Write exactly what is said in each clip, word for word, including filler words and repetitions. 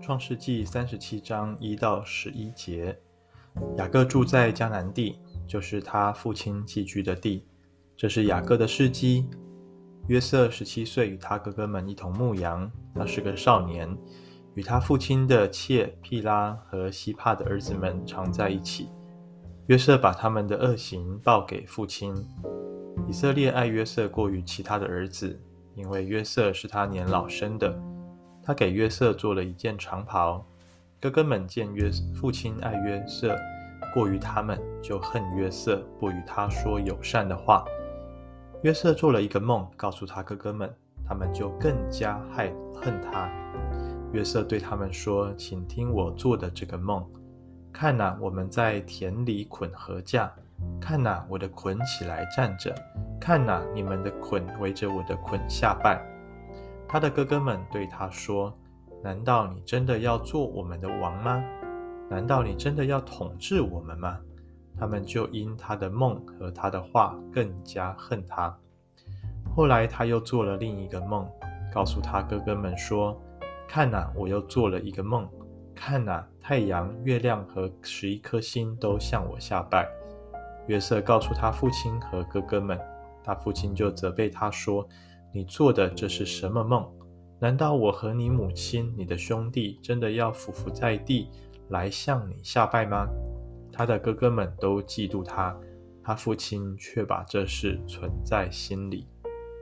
创世纪三十七章一到十一节，雅各住在迦南地，就是他父亲寄居的地。这是雅各的事迹。约瑟十七岁，与他哥哥们一同牧羊。他是个少年，与他父亲的妾毗拉和西帕的儿子们常在一起。约瑟把他们的恶行报给父亲。以色列爱约瑟过于其他的儿子，因为约瑟是他年老生的。他给约瑟做了一件长袍。哥哥们见约父亲爱约瑟过于他们，就恨约瑟，不与他说友善的话。约瑟做了一个梦，告诉他哥哥们，他们就更加害恨他。约瑟对他们说：请听我做的这个梦。看哪，我们在田里捆禾架，看哪，我的捆起来站着，看哪，你们的捆围着我的捆下拜。他的哥哥们对他说：难道你真的要做我们的王吗？难道你真的要统治我们吗？他们就因他的梦和他的话更加恨他。后来他又做了另一个梦，告诉他哥哥们说：看哪，我又做了一个梦，看哪，太阳、月亮和十一颗星都向我下拜。约瑟告诉他父亲和哥哥们，他父亲就责备他说：你做的这是什么梦？难道我和你母亲、你的兄弟真的要俯伏在地来向你下拜吗？他的哥哥们都嫉妒他，他父亲却把这事存在心里。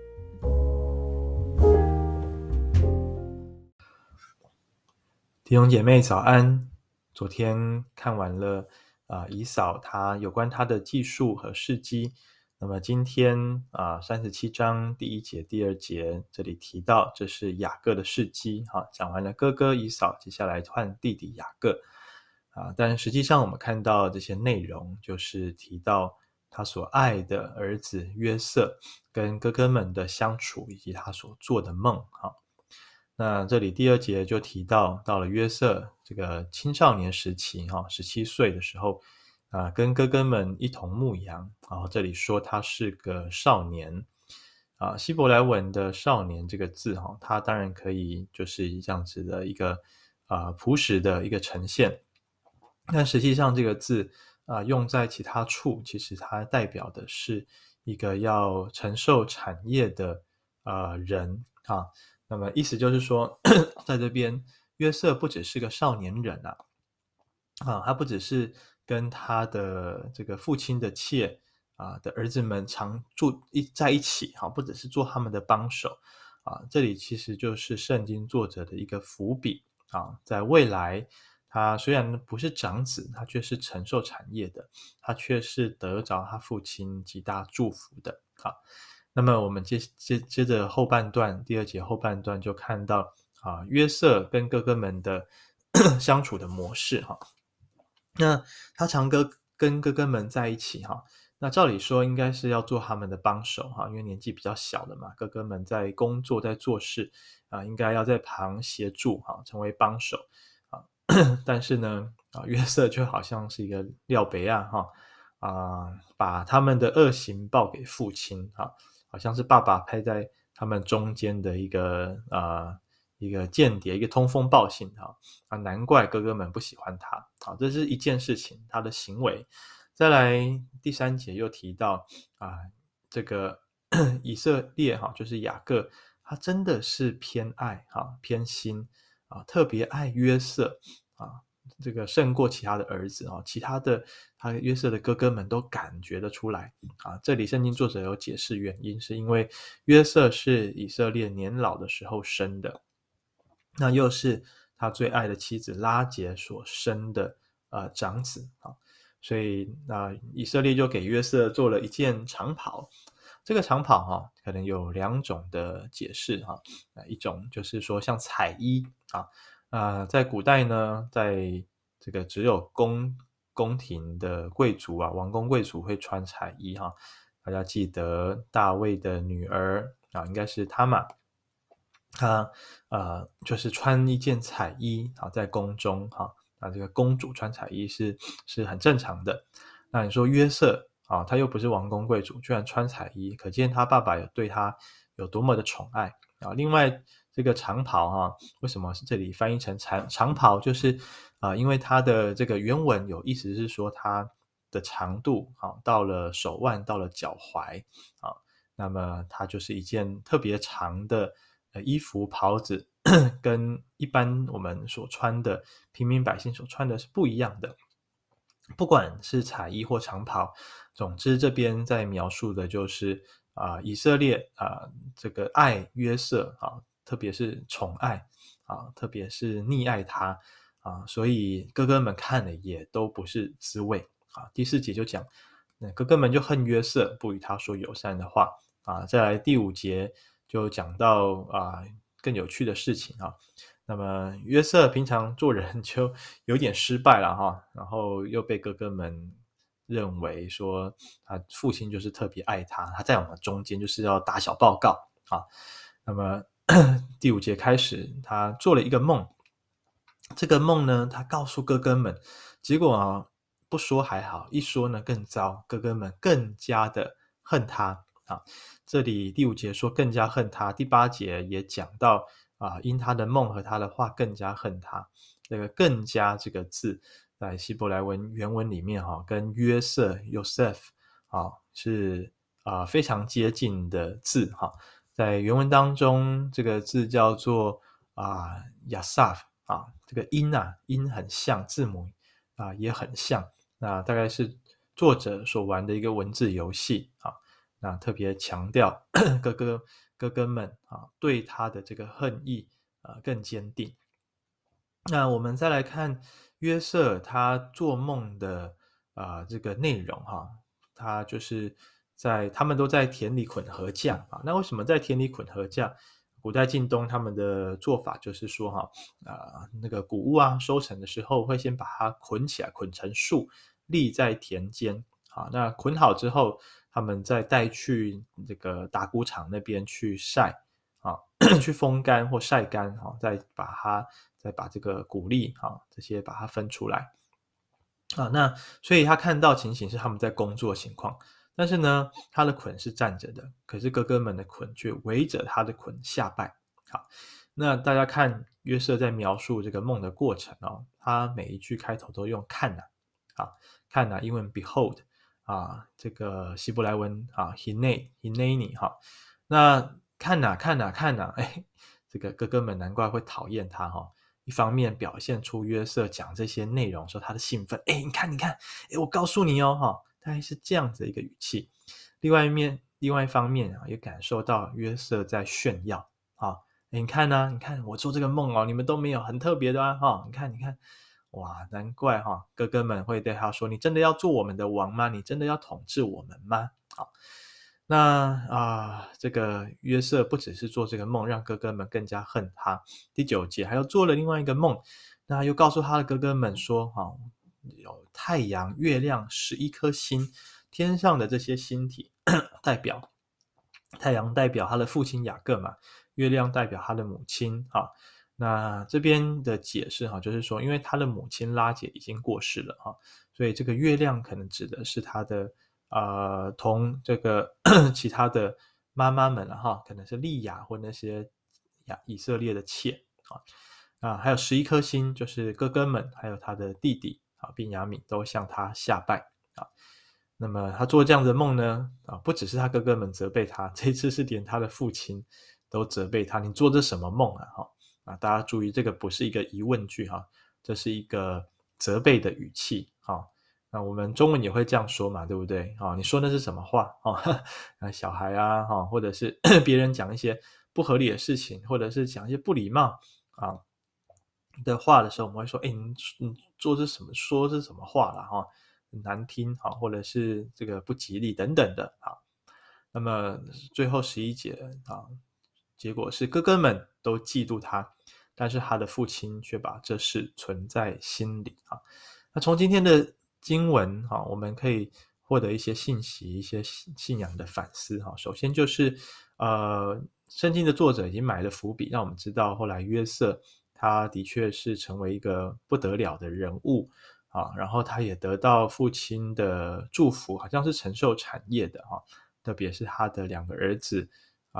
弟兄姐妹早安。昨天看完了、呃、以扫他有关他的记述和事迹。那么今天啊，三十七章第一节、第二节，这里提到这是雅各的事迹。好，讲完了哥哥以扫，接下来换弟弟雅各。啊，但实际上我们看到这些内容，就是提到他所爱的儿子约瑟跟哥哥们的相处，以及他所做的梦。好，那这里第二节就提到，到了约瑟这个青少年时期，十七岁的时候。啊，跟哥哥们一同牧羊。啊，这里说他是个少年。啊，希伯来文的少年这个字，哈，它当然可以就是这样子的一个啊朴实的一个呈现，但实际上这个字啊用在其他处，其实它代表的是一个要承受产业的呃人啊。那么意思就是说，在这边约瑟不只是个少年人啊，啊，他不只是跟他的这个父亲的妾啊的儿子们常住一在一起，哈，不只是做他们的帮手啊，这里其实就是圣经作者的一个伏笔啊，在未来他虽然不是长子，他却是承受产业的，他却是得着他父亲极大祝福的。好，那么我们接接接着后半段，第二节后半段就看到啊，约瑟跟哥哥们的相处的模式哈。那他常跟跟哥哥们在一起哈，那照理说应该是要做他们的帮手哈，因为年纪比较小的嘛，哥哥们在工作在做事啊，应该要在旁协助哈，成为帮手啊。但是呢，啊，约瑟就好像是一个廖北啊哈啊，把他们的恶行报给父亲哈，好像是爸爸派在他们中间的一个啊。一个间谍，一个通风报信啊，难怪哥哥们不喜欢他。好，这是一件事情，他的行为。再来第三节又提到啊，这个以色列哈，就是雅各，他真的是偏爱哈，偏心啊，特别爱约瑟啊，这个胜过其他的儿子啊，其他的他约瑟的哥哥们都感觉得出来啊。这里圣经作者有解释原因，是因为约瑟是以色列年老的时候生的。那又是他最爱的妻子拉结所生的呃长子啊，所以那、呃、以色列就给约瑟做了一件长袍。这个长袍哈、啊，可能有两种的解释哈、啊，一种就是说像彩衣啊，呃，在古代呢，在这个只有宫宫廷的贵族啊，王公贵族会穿彩衣哈、啊。大家记得大卫的女儿啊，应该是他玛。他呃就是穿一件彩衣啊，在宫中哈，那这个公主穿彩衣是是很正常的。那你说约瑟啊，他又不是王公贵族，居然穿彩衣，可见他爸爸有对他有多么的宠爱啊。另外这个长袍哈、啊，为什么是这里翻译成长长袍？就是啊、呃，因为它的这个原文有意思是说它的长度啊，到了手腕，到了脚踝啊，那么它就是一件特别长的呃衣服袍子，跟一般我们所穿的平民百姓所穿的是不一样的。不管是彩衣或长袍，总之这边在描述的就是啊、呃以色列啊、呃这个爱约瑟啊，特别是宠爱啊，特别是溺爱他啊，所以哥哥们看了也都不是滋味啊。第四节就讲，那哥哥们就恨约瑟，不与他说友善的话啊。再来第五节就讲到啊更有趣的事情啊。那么约瑟平常做人就有点失败了哈，然后又被哥哥们认为说他父亲就是特别爱他，他在我们中间就是要打小报告啊。那么第五节开始，他做了一个梦，这个梦呢，他告诉哥哥们，结果啊不说还好，一说呢更糟，哥哥们更加的恨他啊。这里第五节说更加恨他，第八节也讲到啊，因他的梦和他的话更加恨他。这个更加这个字在希伯来文原文里面哈、啊，跟约瑟 Yosef 啊是啊非常接近的字哈、啊。在原文当中，这个字叫做啊 Yasaf 啊，这个音啊音很像，字母啊也很像。那大概是作者所玩的一个文字游戏啊。那特别强调哥哥哥哥们啊对他的这个恨意啊更坚定。那我们再来看约瑟他做梦的啊、呃、这个内容哈，他就是在他们都在田里捆禾稼啊。那为什么在田里捆禾稼？古代晋东他们的做法就是说哈啊、呃、那个谷物啊收成的时候会先把它捆起来，捆成束，立在田间。好，那捆好之后，他们再带去这个打谷场那边去晒啊，去风干或晒干啊，再把它再把这个谷粒啊这些把它分出来啊。那所以他看到情形是他们在工作情况，但是呢，他的捆是站着的，可是哥哥们的捆却围着他的捆下拜。好，那大家看约瑟在描述这个梦的过程哦，他每一句开头都用看呐、啊，啊看呐、啊，英文 behold 啊，这个希伯来文啊 hine hineni 哈，那看呐、啊、看呐、啊、看呐、啊，哎，这个哥哥们难怪会讨厌他哈、哦。一方面表现出约瑟讲这些内容说他的兴奋，哎，你看你看，哎，我告诉你哦哈，大概是这样子的一个语气。另外一面，另外一方面啊，也感受到约瑟在炫耀啊，你看呢、啊？你看我做这个梦哦，你们都没有，很特别的啊！哈、哦，你看，你看，哇，难怪哈、哦，哥哥们会对他说：“你真的要做我们的王吗？你真的要统治我们吗？”好，那啊、呃，这个约瑟不只是做这个梦，让哥哥们更加恨他。第九节还又做了另外一个梦，那又告诉他的哥哥们说：“哈、哦，有太阳、月亮十一颗星，天上的这些星体代表太阳代表他的父亲雅各嘛。”月亮代表他的母亲啊，那这边的解释哈，就是说，因为他的母亲拉结已经过世了哈，所以这个月亮可能指的是他的呃，同这个其他的妈妈们了哈，可能是利亚或那些亚以色列的妾啊啊，还有十一颗星，就是哥哥们还有他的弟弟啊，便雅悯都向他下拜啊。那么他做这样的梦呢啊，不只是他哥哥们责备他，这次是连他的父亲都责备他，你做这什么梦啊？哈啊，大家注意，这个不是一个疑问句哈，这是一个责备的语气哈。那我们中文也会这样说嘛，对不对？啊，你说那是什么话？哦，那小孩啊，哈，或者是别人讲一些不合理的事情，或者是讲一些不礼貌啊的话的时候，我们会说，哎，你你做是什么？说是什么话了？哈，难听哈，或者是这个不吉利等等的啊。那么最后十一节啊，结果是哥哥们都嫉妒他，但是他的父亲却把这事存在心里啊。那从今天的经文啊，我们可以获得一些信息，一些信仰的反思哈。首先就是呃，圣经的作者已经埋了伏笔，让我们知道后来约瑟他的确是成为一个不得了的人物啊，然后他也得到父亲的祝福，好像是承受产业的哈。特别是他的两个儿子啊，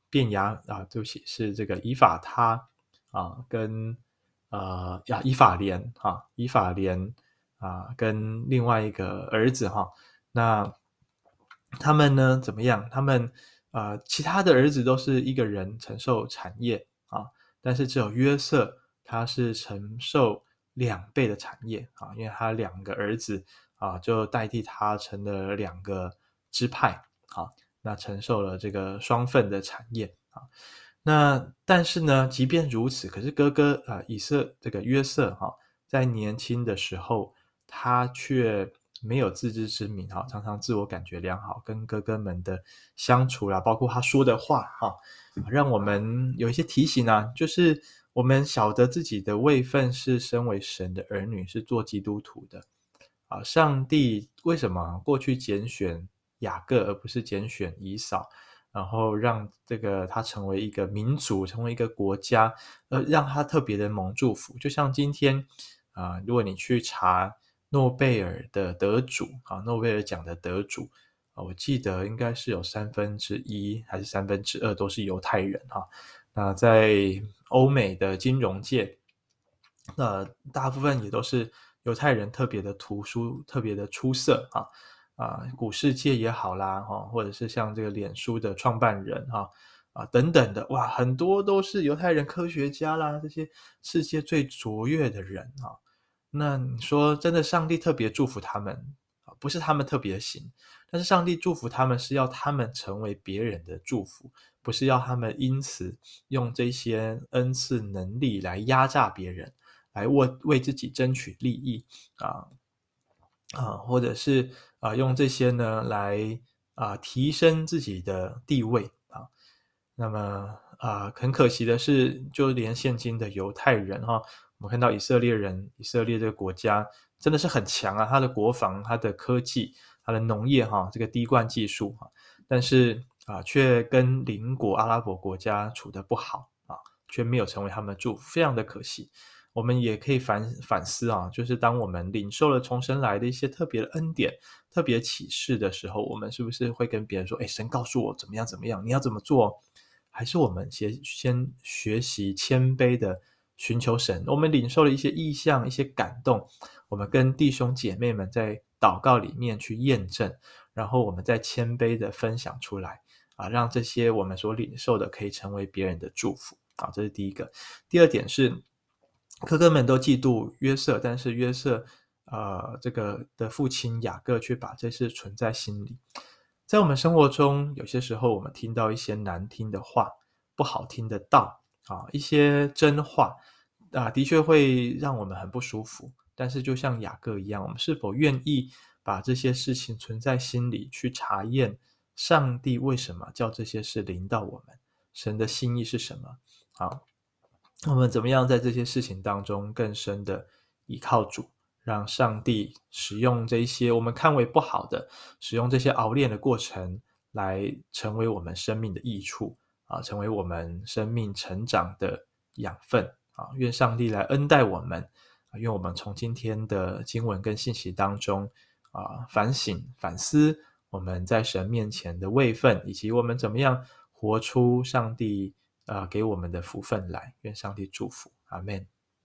便雅啊，对不起，是这个以法他啊，跟呃呀以法莲哈，以法莲啊，跟另外一个儿子哈，那他们呢怎么样？他们呃，其他的儿子都是一个人承受产业啊，但是只有约瑟他是承受两倍的产业啊，因为他两个儿子啊，就代替他成了两个支派啊，那承受了这个双份的产业啊。那但是呢，即便如此，可是哥哥啊、呃，以色这个约瑟哈、在年轻的时候，他却没有自知之明哈，常常自我感觉良好，跟哥哥们的相处啦，包括他说的话哈，让我们有一些提醒啊，就是我们晓得自己的位分是身为神的儿女，是做基督徒的啊。上帝为什么过去拣选雅各而不是拣选以扫？然后让这个他成为一个民族，成为一个国家，呃，让他特别的蒙祝福。就像今天啊、呃，如果你去查诺贝尔的得主啊，诺贝尔奖的得主啊，我记得应该是有三分之一还是三分之二都是犹太人哈、啊。那在欧美的金融界，那大部分也都是犹太人特别的突出，特别的出色啊。啊，股市界也好啦，哈，或者是像这个脸书的创办人哈，啊等等的，哇，很多都是犹太人科学家啦，这些世界最卓越的人啊。那你说真的，上帝特别祝福他们啊，不是他们特别行，但是上帝祝福他们是要他们成为别人的祝福，不是要他们因此用这些恩赐能力来压榨别人，来为为自己争取利益啊。啊，或者是啊、呃，用这些呢来啊、呃、提升自己的地位啊。那么啊、呃，很可惜的是，就连现今的犹太人哈，我们看到以色列人，以色列这个国家真的是很强啊，它的国防、它的科技、它的农业哈，这个滴灌技术哈，但是啊，却跟邻国阿拉伯国家处得不好啊，却没有成为他们的祝福，非常的可惜。我们也可以反反思啊，就是当我们领受了从神来的一些特别的恩典、特别启示的时候，我们是不是会跟别人说：“哎，神告诉我怎么样怎么样，你要怎么做？”还是我们先先学习谦卑的寻求神？我们领受了一些意象、一些感动，我们跟弟兄姐妹们在祷告里面去验证，然后我们再谦卑的分享出来啊，让这些我们所领受的可以成为别人的祝福啊，这是第一个。第二点是。哥哥们都嫉妒约瑟，但是约瑟呃这个的父亲雅各却把这事存在心里。在我们生活中，有些时候我们听到一些难听的话、不好听的道啊，一些真话啊，的确会让我们很不舒服。但是就像雅各一样，我们是否愿意把这些事情存在心里，去查验上帝为什么叫这些事临到我们？神的心意是什么？好。我们怎么样在这些事情当中更深的倚靠主，让上帝使用这些我们看为不好的，使用这些熬炼的过程来成为我们生命的益处啊，成为我们生命成长的养分啊！愿上帝来恩待我们啊！愿我们从今天的经文跟信息当中啊，反省反思我们在神面前的位分，以及我们怎么样活出上帝呃，给我们的福分来，愿上帝祝福，阿们。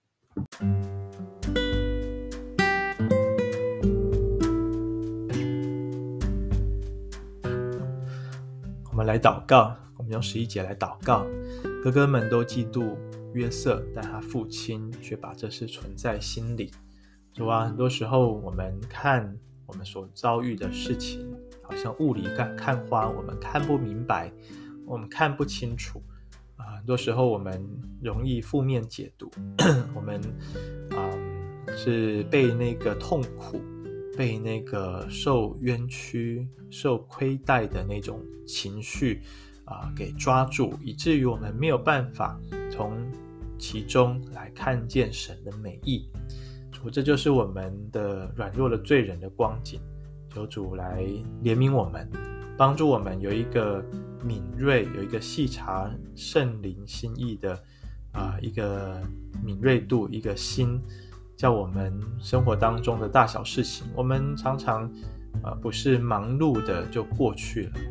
我们来祷告，我们用十一节来祷告。哥哥们都嫉妒约瑟，但他父亲却把这事存在心里。主啊，很多时候我们看我们所遭遇的事情，好像雾里看看花，我们看不明白，我们看不清楚。啊，很多时候我们容易负面解读，我们嗯是被那个痛苦、被那个受冤屈、受亏待的那种情绪啊给抓住，以至于我们没有办法从其中来看见神的美意。主，这就是我们的软弱的罪人的光景，求主来怜悯我们，帮助我们有一个敏锐，有一个细察圣灵心意的啊、呃、一个敏锐度，一个心，叫我们生活当中的大小事情，我们常常呃不是忙碌的就过去了，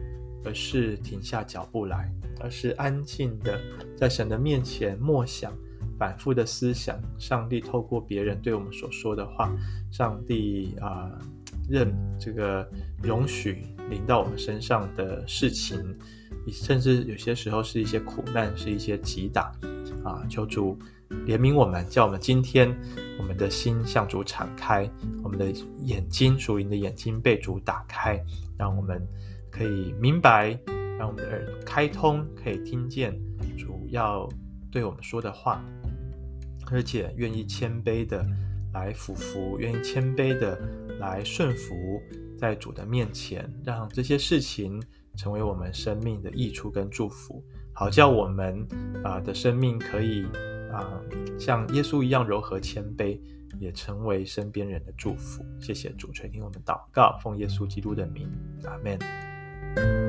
而是停下脚步来，而是安静的在神的面前默想，反复的思想上帝透过别人对我们所说的话，上帝啊、呃、任这个容许临到我们身上的事情，甚至有些时候是一些苦难，是一些击打啊，求主怜悯我们，叫我们今天我们的心向主敞开，我们的眼睛属灵的眼睛被主打开，让我们可以明白，让我们的耳开通，可以听见主要对我们说的话，而且愿意谦卑的来俯伏，愿意谦卑的来顺服在主的面前，让这些事情成为我们生命的益处跟祝福，好叫我们、呃、的生命可以、呃、像耶稣一样柔和谦卑，也成为身边人的祝福。谢谢主垂听我们祷告，奉耶稣基督的名，阿们。